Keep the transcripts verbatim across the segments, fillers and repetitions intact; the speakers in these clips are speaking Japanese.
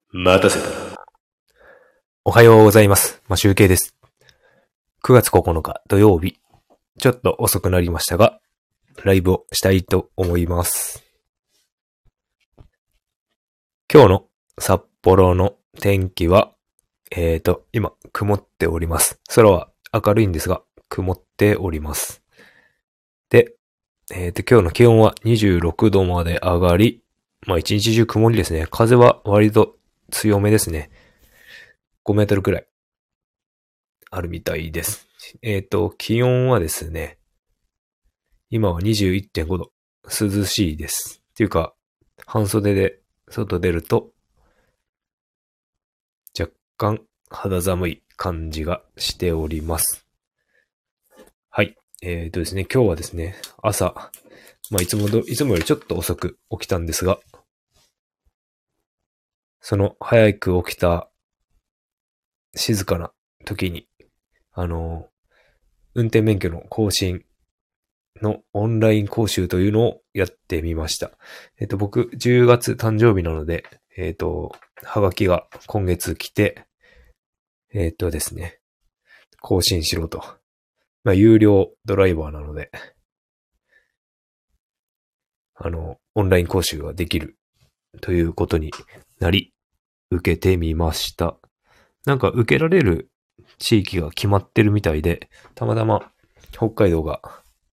待たせた。 おはようございます。まあ、集計です。くがつここのか土曜日。ちょっと遅くなりましたが、ライブをしたいと思います。今日の札幌の天気は、えーと、今、曇っております。空は明るいんですが、曇っております。で、えーと、今日の気温はにじゅうろくどまで上がり、まあ一日中曇りですね。風は割と強めですね。ごメートルくらいあるみたいです。えっと、気温はですね、今は にじゅういってんごど。涼しいです。っていうか、半袖で外出ると、若干肌寒い感じがしております。はい。えっとですね、今日はですね、朝、まあいつもど、いつもよりちょっと遅く起きたんですが、その早く起きた静かな時に、あの、運転免許の更新のオンライン講習というのをやってみました。えっと、僕、じゅうがつ誕生日なので、えっと、はがきが今月来て、えっとですね、更新しろと。まあ、有料ドライバーなので、あの、オンライン講習ができるということになり、受けてみました。なんか受けられる地域が決まってるみたいで、たまたま北海道が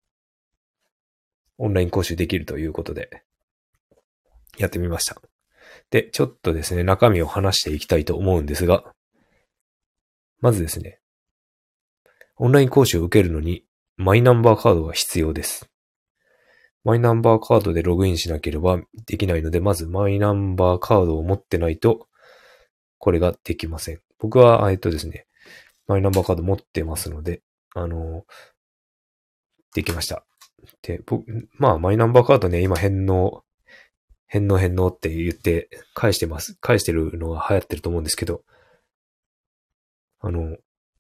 オンライン講習できるということで、やってみました。で、ちょっとですね、中身を話していきたいと思うんですが、まずですね、オンライン講習を受けるのに、マイナンバーカードが必要です。マイナンバーカードでログインしなければできないので、まずマイナンバーカードを持ってないと、これができません。僕は、えっとですね、マイナンバーカード持ってますので、あの、できました。で、僕、まあ、マイナンバーカードね、今返納、返納返納って言って返してます。返してるのが流行ってると思うんですけど、あの、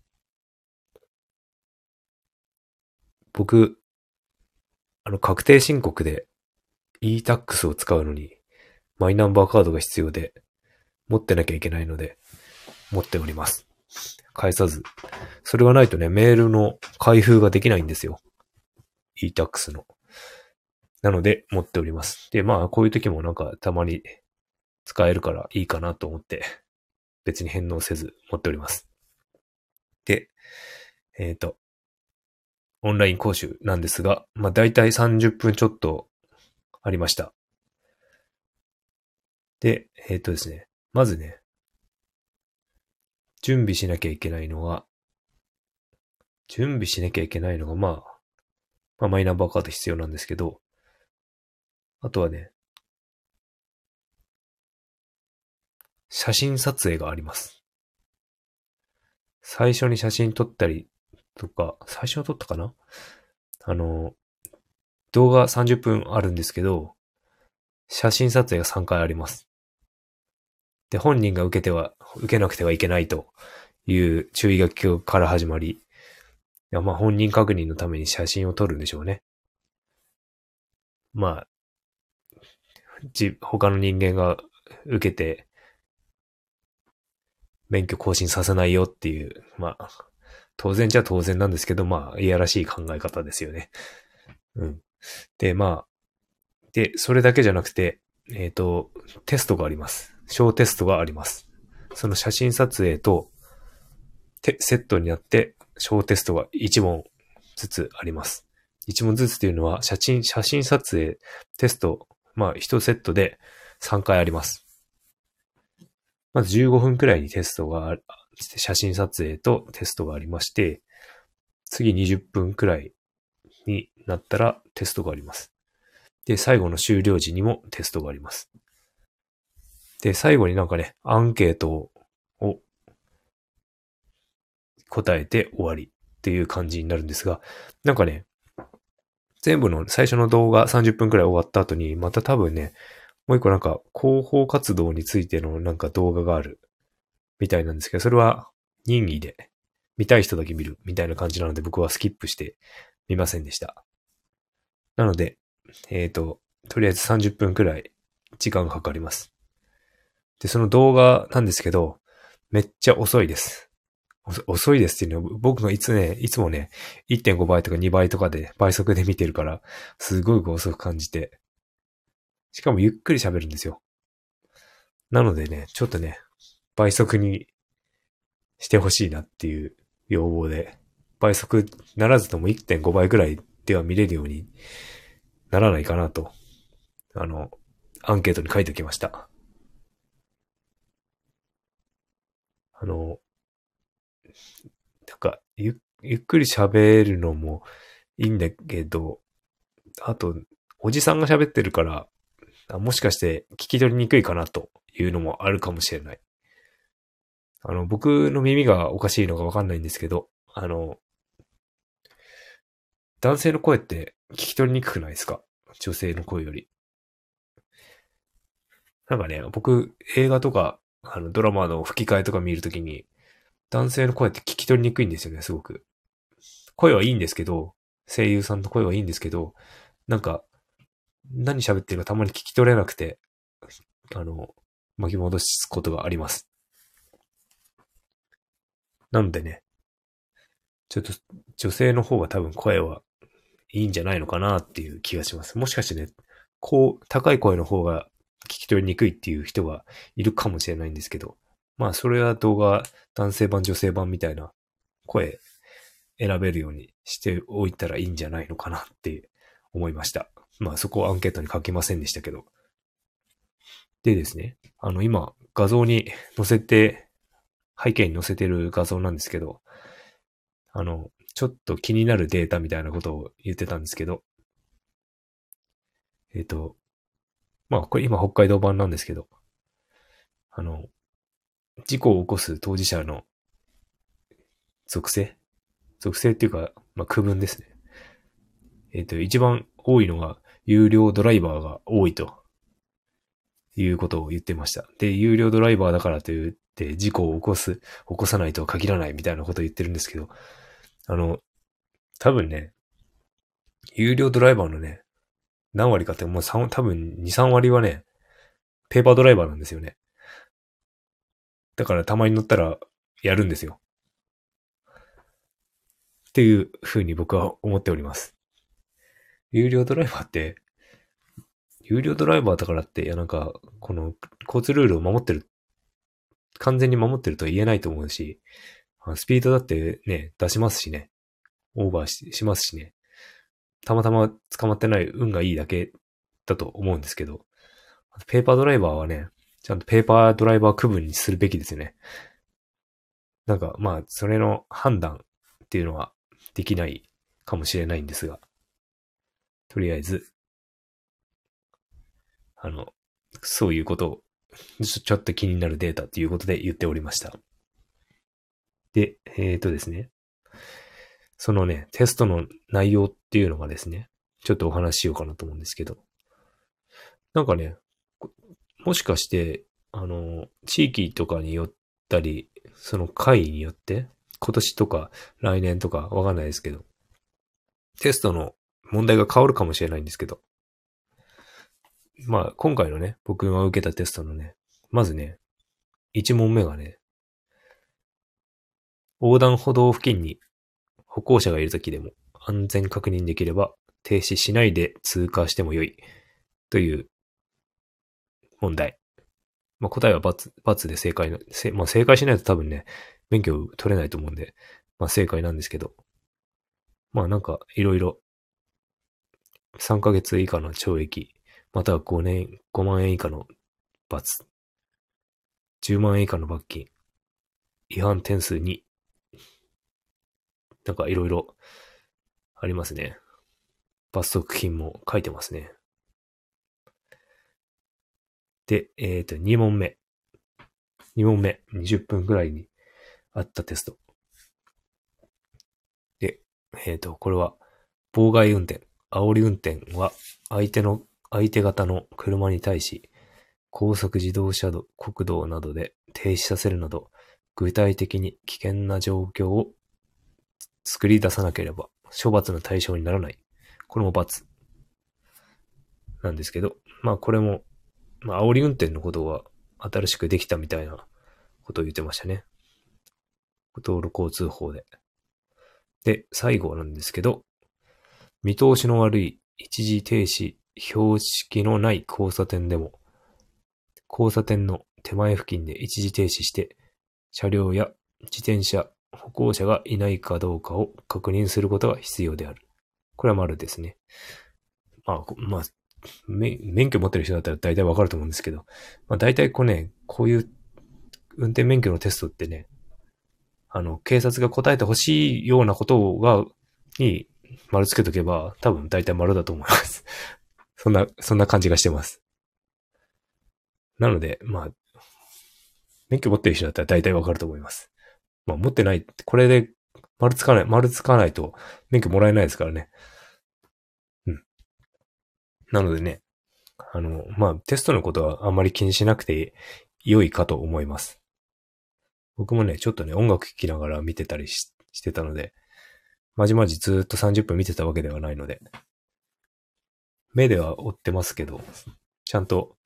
僕、あの、確定申告で イータックス を使うのに、マイナンバーカードが必要で、持ってなきゃいけないので、持っております。返さず。それがないとね、メールの開封ができないんですよ。イータックス の。なので、持っております。で、まあ、こういう時もなんか、たまに使えるからいいかなと思って、別に返納せず持っております。で、えっと、オンライン講習なんですが、まあ、だいたいさんじゅっぷんちょっとありました。で、えっとですね、まずね、準備しなきゃいけないのが、準備しなきゃいけないのが、まあ、まあ、マイナンバーカード必要なんですけど、あとはね、写真撮影があります。最初に写真撮ったりとか、最初は撮ったかなあの、動画さんじゅっぷんあるんですけど、写真撮影がさんかいあります。で、本人が受けては、受けなくてはいけないという注意書きから始まり、いやまあ本人確認のために写真を撮るんでしょうね。まあ、じ、他の人間が受けて免許更新させないよっていう、まあ、当然じゃ当然なんですけど、まあ、いやらしい考え方ですよね。うん。で、まあ、で、それだけじゃなくて、えっと、テストがあります。小テストがあります。その写真撮影と、てセットになって、小テストがいち問ずつあります。いち問ずつっていうのは、写真、写真撮影、テスト、まあ、いちセットでさんかいあります。まずじゅうごふんくらいにテストがあ、写真撮影とテストがありまして、次にじゅっぷんくらいになったらテストがあります。で、最後の終了時にもテストがあります。で、最後になんかね、アンケートを答えて終わりっていう感じになるんですが、なんかね、全部の最初の動画さんじゅっぷんくらい終わった後に、また多分ね、もう一個なんか広報活動についてのなんか動画があるみたいなんですけど、それは任意で見たい人だけ見るみたいな感じなので僕はスキップしてみませんでした。なので、えっと、とりあえずさんじゅっぷんくらい時間がかかります。 で、その動画なんですけど、めっちゃ遅いです。遅いですっていうのは、僕のいつね、いつもね、いってんごばいとかにばいとかで倍速で見てるから、すごい遅く感じて。しかもゆっくり喋るんですよ。なのでね、ちょっとね、倍速にしてほしいなっていう要望で、倍速ならずともいってんごばいぐらいでは見れるようにならないかなと、あの、アンケートに書いておきました。あの、なんか、ゆ、ゆっくり喋るのもいいんだけど、あと、おじさんが喋ってるから、もしかして聞き取りにくいかなというのもあるかもしれない。あの、僕の耳がおかしいのかわかんないんですけど、あの、男性の声って聞き取りにくくないですか？女性の声より。なんかね、僕、映画とか、あの、ドラマの吹き替えとか見るときに、男性の声って聞き取りにくいんですよね、すごく。声はいいんですけど、声優さんの声はいいんですけど、なんか、何喋ってるかたまに聞き取れなくて、あの、巻き戻すことがあります。なのでね、ちょっと女性の方が多分声はいいんじゃないのかなっていう気がします。もしかしてね、こう、高い声の方が聞き取りにくいっていう人がいるかもしれないんですけど、まあそれは動画、男性版、女性版みたいな声選べるようにしておいたらいいんじゃないのかなって思いました。まあそこをアンケートに書けませんでしたけど。でですね、あの今画像に載せて、背景に載せてる画像なんですけど、あの、ちょっと気になるデータみたいなことを言ってたんですけど、えっと、まあこれ今北海道版なんですけど、あの、事故を起こす当事者の属性属性っていうか、まあ区分ですね。えっと、一番多いのが、有料ドライバーが多いということを言ってました。で、有料ドライバーだからといって事故を起こす、起こさないとは限らないみたいなことを言ってるんですけど、あの、多分ね、有料ドライバーのね、何割かって、もうさん多分に、さん割はね、ペーパードライバーなんですよね。だからたまに乗ったらやるんですよ。っていう風に僕は思っております。有料ドライバーって、有料ドライバーだからって、いやなんか、この交通ルールを守ってる、完全に守ってるとは言えないと思うし、スピードだってね、出しますしね。オーバーししますしね。たまたま捕まってない運がいいだけだと思うんですけど、ペーパードライバーはね、ちゃんとペーパードライバー区分にするべきですよね。なんか、まあ、それの判断っていうのはできないかもしれないんですが、とりあえず、あの、そういうことを、ちょっと気になるデータということで言っておりました。で、えっとですね、そのね、テストの内容っていうのがですね、ちょっとお話ししようかなと思うんですけど、なんかね、もしかして、あの、地域とかによったり、その会によって、今年とか来年とかわかんないですけど、テストの問題が変わるかもしれないんですけど、まあ今回のね、僕が受けたテストのね、まずね、いち問目がね、横断歩道付近に歩行者がいるときでも安全確認できれば停止しないで通過してもよいという問題。まあ、答えは×、×で正解な、せまあ、正解しないと多分ね、免許取れないと思うんで、まあ、正解なんですけど、まあ、なんか、いろいろ、さんかげつ以下の懲役、またはごねん、ごまん円以下の罰、じゅうまん円以下の罰金、違反点数に、なんかいろいろありますね。罰則金も書いてますね。で、えっと、に問目。に問目、にじゅっぷんくらいにあったテスト。で、えっと、これは、妨害運転、煽り運転は、相手の、相手方の車に対し、高速自動車道、国道などで停止させるなど、具体的に危険な状況を作り出さなければ、処罰の対象にならない。これも罰なんですけど、まあこれも、まあ煽り運転のことは新しくできたみたいなことを言ってましたね。道路交通法で。で、最後なんですけど、見通しの悪い一時停止標識のない交差点でも、交差点の手前付近で一時停止して、車両や自転車、歩行者がいないかどうかを確認することが必要である。これは丸ですね。まあ、まあ、免許持ってる人だったら大体わかると思うんですけど、まあ大体こうね、こういう運転免許のテストってね、あの、警察が答えてほしいようなことが、に丸つけとけば、多分大体丸だと思います。そんな、そんな感じがしてます。なので、まあ、免許持ってる人だったら大体わかると思います。まあ持ってない、これで丸つかない、丸つかないと免許もらえないですからね。うん。なのでね、あの、まあテストのことはあんまり気にしなくて良いかと思います。僕もね、ちょっとね、音楽聴きながら見てたり し, してたので、まじまじずっとさんじゅっぷん見てたわけではないので、目では追ってますけど、ちゃんと、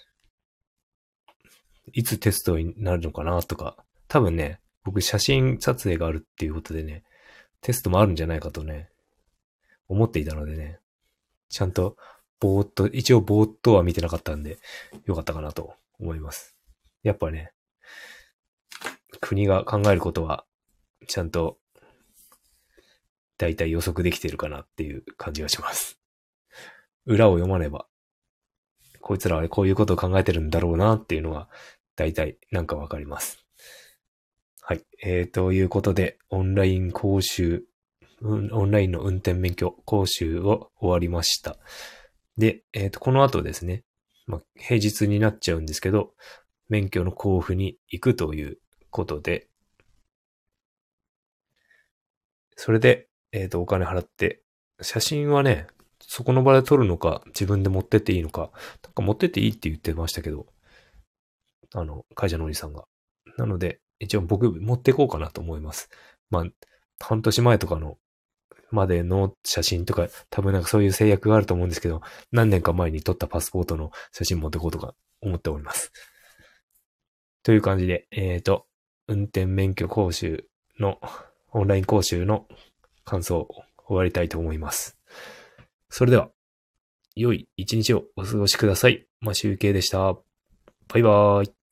いつテストになるのかなとか、多分ね、僕写真撮影があるっていうことでね、テストもあるんじゃないかとね、思っていたのでね、ちゃんと、ぼーっと、一応ぼーっとは見てなかったんで、よかったかなと思います。やっぱね、国が考えることは、ちゃんと、だいたい予測できてるかなっていう感じがします。裏を読まねば、こいつらはこういうことを考えてるんだろうなっていうのが、だいたいなんかわかります。はい。えー、ということで、オンライン講習、うん、オンラインの運転免許講習を終わりました。で、えー、と、この後ですね、まあ、平日になっちゃうんですけど、免許の交付に行くということで、それで、えっと、お金払って、写真はね、そこの場で撮るのか、自分で持ってっていいのか、なんか持ってっていいって言ってましたけど、あの、会社のおじさんが。なので、一応僕持っていこうかなと思います。まあ、半年前とかの、までの写真とか、多分なんかそういう制約があると思うんですけど、何年か前に撮ったパスポートの写真持っていこうとか思っております。という感じで、えっと、運転免許講習の、オンライン講習の感想を終わりたいと思います。それでは、良い一日をお過ごしください。マシュウケイでした。バイバーイ。